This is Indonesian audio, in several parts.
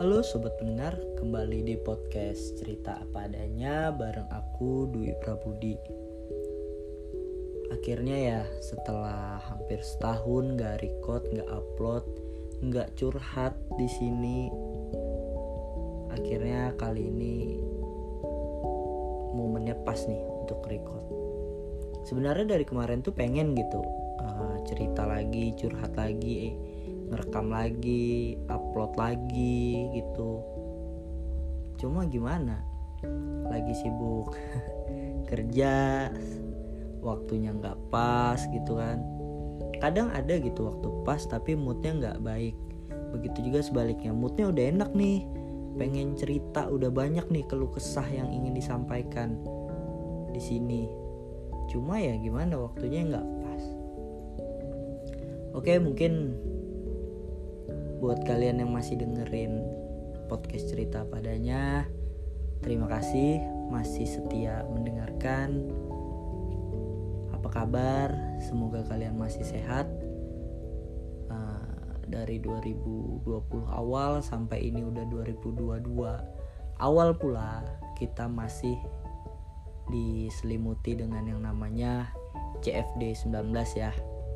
Halo sobat pendengar, kembali di podcast Cerita Apa Adanya bareng aku Dwi Prabudi. Akhirnya ya, setelah hampir setahun gak record, gak upload, gak curhat di sini, akhirnya kali ini momennya pas nih untuk record. Sebenarnya dari kemarin tuh pengen gitu cerita lagi, curhat lagi, ngerekam lagi, upload lagi gitu. Cuma gimana? Lagi sibuk kerja, waktunya nggak pas gitu kan. Kadang ada gitu waktu pas tapi moodnya nggak baik. Begitu juga sebaliknya, moodnya udah enak nih, pengen cerita, udah banyak nih keluh kesah yang ingin disampaikan di sini. Cuma ya gimana, waktunya nggak pas. Oke, mungkin buat kalian yang masih dengerin podcast Cerita Apa Adanya, terima kasih masih setia mendengarkan. Apa kabar? Semoga kalian masih sehat. Dari 2020 awal sampai ini udah 2022 awal pula, kita masih diselimuti dengan yang namanya CFD-19 ya.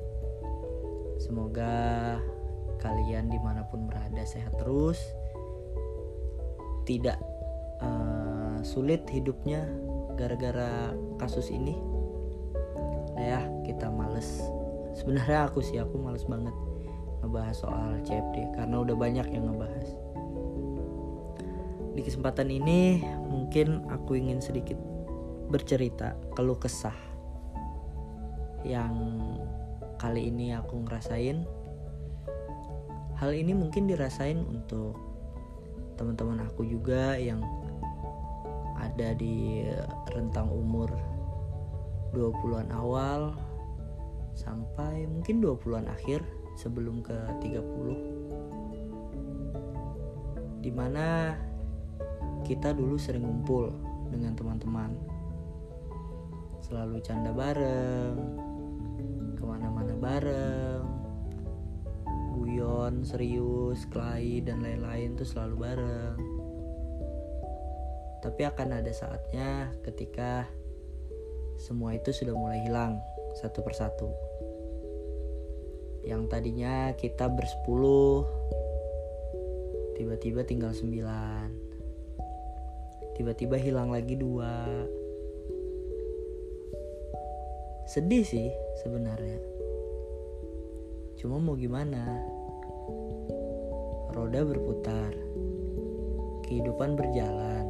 Semoga kalian dimanapun berada sehat terus, tidak sulit hidupnya gara-gara kasus ini. Nah ya, kita males. Sebenarnya aku males banget ngebahas soal CFD karena udah banyak yang ngebahas. Di kesempatan ini mungkin aku ingin sedikit bercerita keluh kesah yang kali ini aku ngerasain. Hal ini mungkin dirasain untuk teman-teman aku juga yang ada di rentang umur 20-an awal sampai mungkin 20-an akhir sebelum ke 30. Dimana kita dulu sering ngumpul dengan teman-teman, selalu canda bareng, kemana-mana bareng, guyon, serius, kelahi, dan lain-lain tuh selalu bareng. Tapi akan ada saatnya ketika semua itu sudah mulai hilang satu persatu. Yang tadinya kita bersepuluh, tiba-tiba tinggal 9. Tiba-tiba hilang lagi 2. Sedih sih sebenarnya. Cuma mau gimana? Roda berputar, kehidupan berjalan,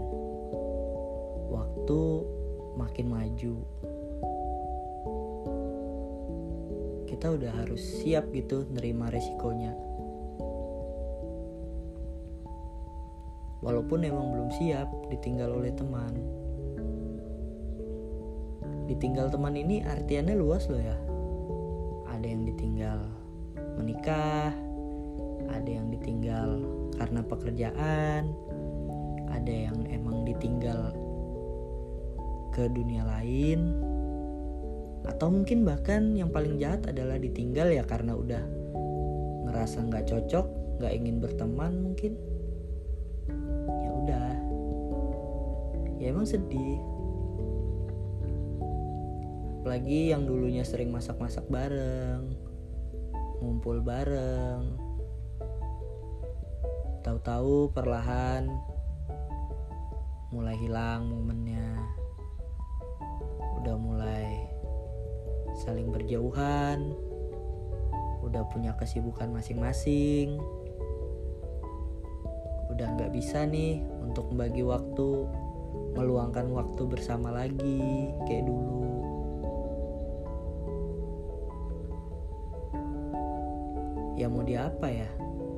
waktu makin maju. Kita udah harus siap gitu nerima resikonya. Walaupun emang belum siap ditinggal oleh teman. Ditinggal teman ini artiannya luas loh ya. Ada yang ditinggal menikah, ada yang ditinggal karena pekerjaan, ada yang emang ditinggal ke dunia lain, atau mungkin bahkan yang paling jahat adalah ditinggal ya karena udah ngerasa nggak cocok, nggak ingin berteman mungkin. Ya udah, ya emang sedih. Apalagi yang dulunya sering masak-masak bareng, ngumpul bareng, tahu-tahu perlahan mulai hilang momennya. Udah mulai saling berjauhan, udah punya kesibukan masing-masing, udah gak bisa nih untuk membagi waktu, meluangkan waktu bersama lagi kayak dulu. Ya mau diapa ya,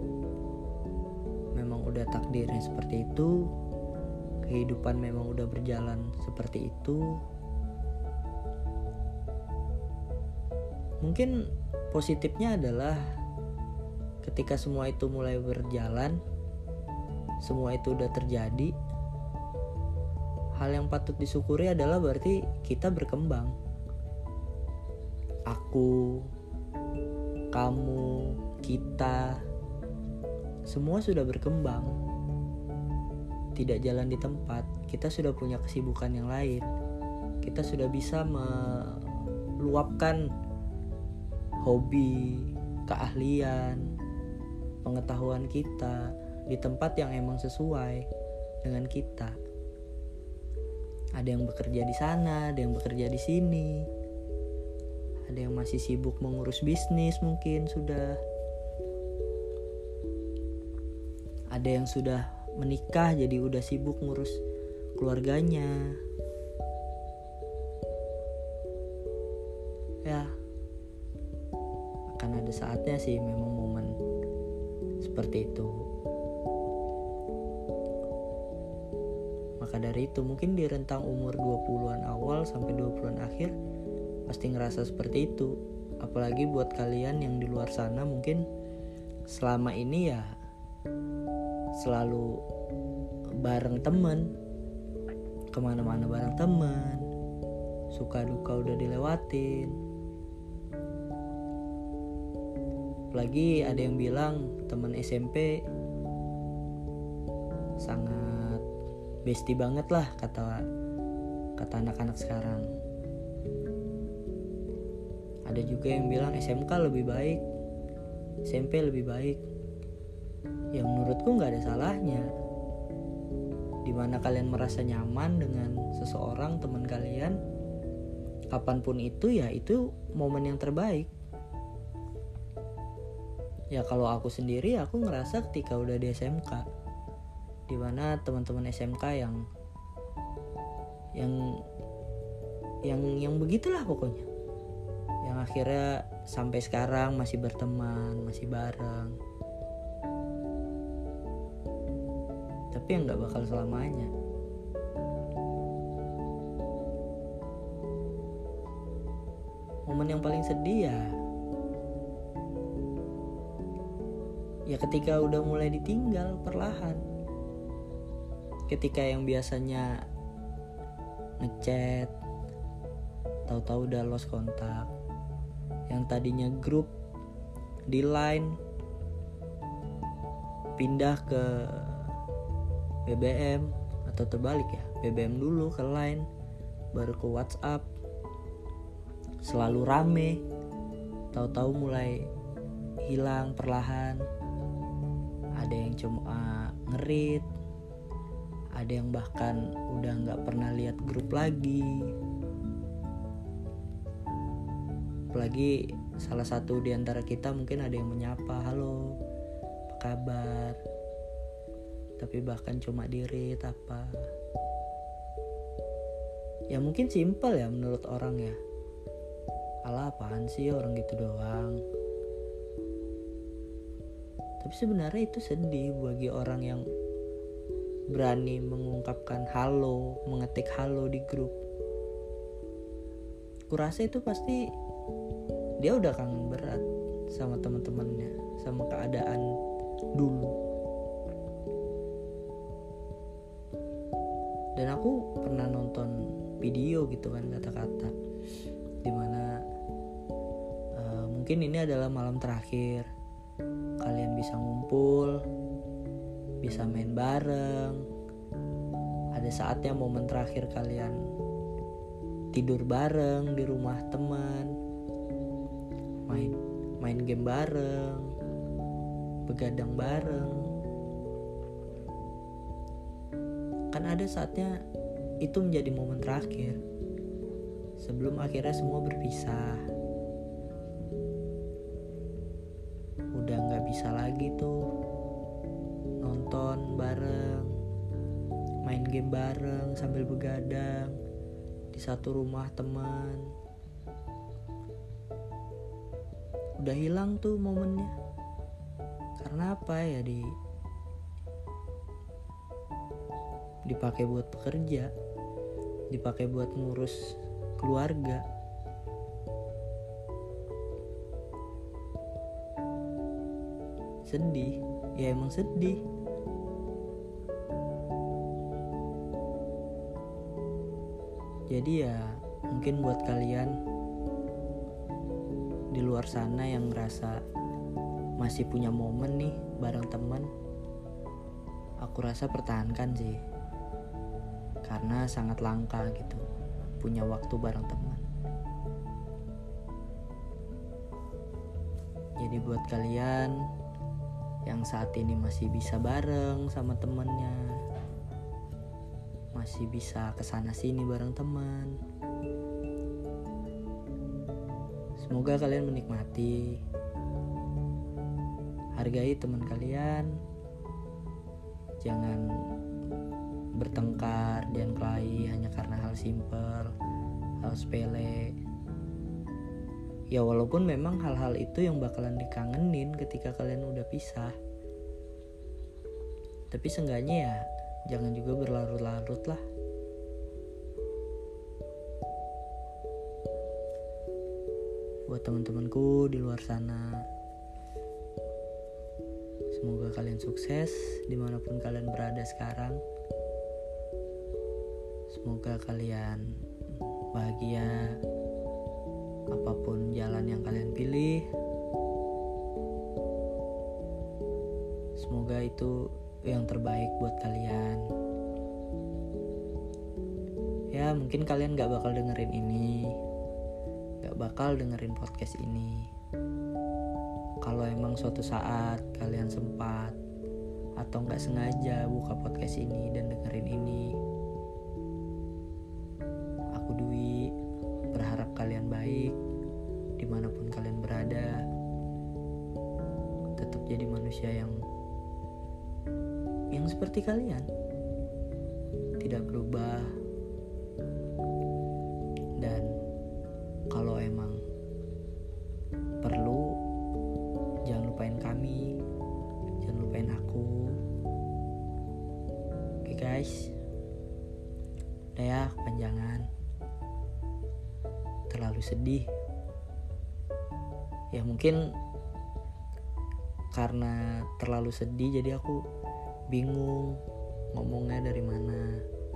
memang udah takdirnya seperti itu, kehidupan memang udah berjalan seperti itu. Mungkin positifnya adalah ketika semua itu mulai berjalan, semua itu udah terjadi, hal yang patut disyukuri adalah berarti kita berkembang. Aku, kamu, kita, semua sudah berkembang. tidak jalan di tempat, kita sudah punya kesibukan yang lain. Kita sudah bisa meluapkan hobi, keahlian, pengetahuan kita di tempat yang emang sesuai dengan kita. Ada yang bekerja di sana, ada yang bekerja di sini. Ada yang masih sibuk mengurus bisnis mungkin sudah. Ada yang sudah menikah jadi udah sibuk ngurus keluarganya. Ya, akan ada saatnya sih memang momen seperti itu. Maka dari itu mungkin di rentang umur 20-an awal sampai 20-an akhir pasti ngerasa seperti itu. Apalagi buat kalian yang di luar sana mungkin selama ini ya selalu bareng temen, kemana-mana bareng temen, suka duka udah dilewatin. Apalagi ada yang bilang teman SMP sangat bestie banget lah kata anak-anak sekarang. Ada juga yang bilang SMK lebih baik, SMP lebih baik. Ya menurutku gak ada salahnya. Dimana kalian merasa nyaman dengan seseorang, teman kalian, kapanpun itu ya itu momen yang terbaik. Ya kalau aku sendiri, aku ngerasa ketika udah di SMK, dimana teman-teman SMK yang begitulah pokoknya, yang akhirnya sampai sekarang masih berteman, masih bareng. Tapi yang gak bakal selamanya. Momen yang paling sedih ya ketika udah mulai ditinggal perlahan. Ketika yang biasanya ngechat, tahu-tahu udah lost kontak. Yang tadinya grup di Line pindah ke BBM atau terbalik ya, BBM dulu ke Line, baru ke WhatsApp. Selalu rame, tahu-tahu mulai hilang perlahan. Ada yang cuma ngerit, ada yang bahkan udah gak pernah lihat grup lagi. Apalagi salah satu di antara kita mungkin ada yang menyapa, halo, apa kabar? Tapi bahkan cuma di-read apa. Ya mungkin simpel ya menurut orang ya. Alah apaan sih orang gitu doang. Tapi sebenarnya itu sedih bagi orang yang berani mengungkapkan halo, mengetik halo di grup. Kurasa itu pasti dia udah kangen berat sama teman-temannya, sama keadaan dulu. Dan aku pernah nonton video gitu kan, kata-kata dimana mungkin ini adalah malam terakhir kalian bisa ngumpul, bisa main bareng. Ada saatnya momen terakhir kalian tidur bareng di rumah teman, main game bareng, begadang bareng. Kan ada saatnya itu menjadi momen terakhir sebelum akhirnya semua berpisah. Udah gak bisa lagi tuh nonton bareng, main game bareng sambil begadang di satu rumah teman. Udah hilang tuh momennya. Karena apa ya, dipakai buat bekerja, dipakai buat ngurus keluarga. Sedih, ya emang sedih. Jadi ya mungkin buat kalian di luar sana yang ngerasa masih punya momen nih bareng teman, aku rasa pertahankan sih, karena sangat langka gitu punya waktu bareng teman. Jadi buat kalian yang saat ini masih bisa bareng sama temennya, masih bisa kesana sini bareng teman, semoga kalian menikmati, hargai teman kalian, jangan bertengkar dan kelahi hanya karena hal simpel, hal sepele. Ya walaupun memang hal-hal itu yang bakalan dikangenin ketika kalian udah pisah, tapi seenggaknya ya jangan juga berlarut-larut lah. Buat teman-temanku di luar sana, semoga kalian sukses dimanapun kalian berada sekarang. Semoga kalian bahagia apapun jalan yang kalian pilih. Semoga itu yang terbaik buat kalian. Ya mungkin kalian gak bakal dengerin ini, gak bakal dengerin podcast ini. Kalau emang suatu saat kalian sempat atau gak sengaja buka podcast ini dan dengerin ini, aku Dwi berharap kalian baik dimanapun kalian berada. Tetap jadi manusia yang seperti kalian, tidak berubah. Dan kalau emang perlu, jangan lupain kami, jangan lupain aku. Oke guys, udah ya, kepanjangan, terlalu sedih. Ya mungkin karena terlalu sedih jadi aku bingung ngomongnya dari mana,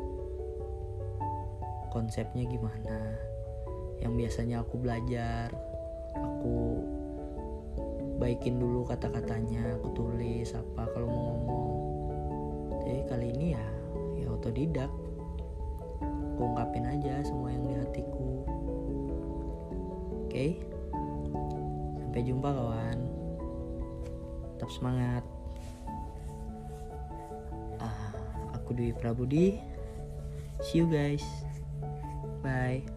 konsepnya gimana. Yang biasanya aku belajar, aku baikin dulu kata-katanya, aku tulis apa kalau mau ngomong. Jadi kali ini ya otodidak, aku ungkapin aja semua yang di hatiku. Oke? Sampai jumpa kawan, tetap semangat. Aku Dwi Prabudi, see you guys, bye.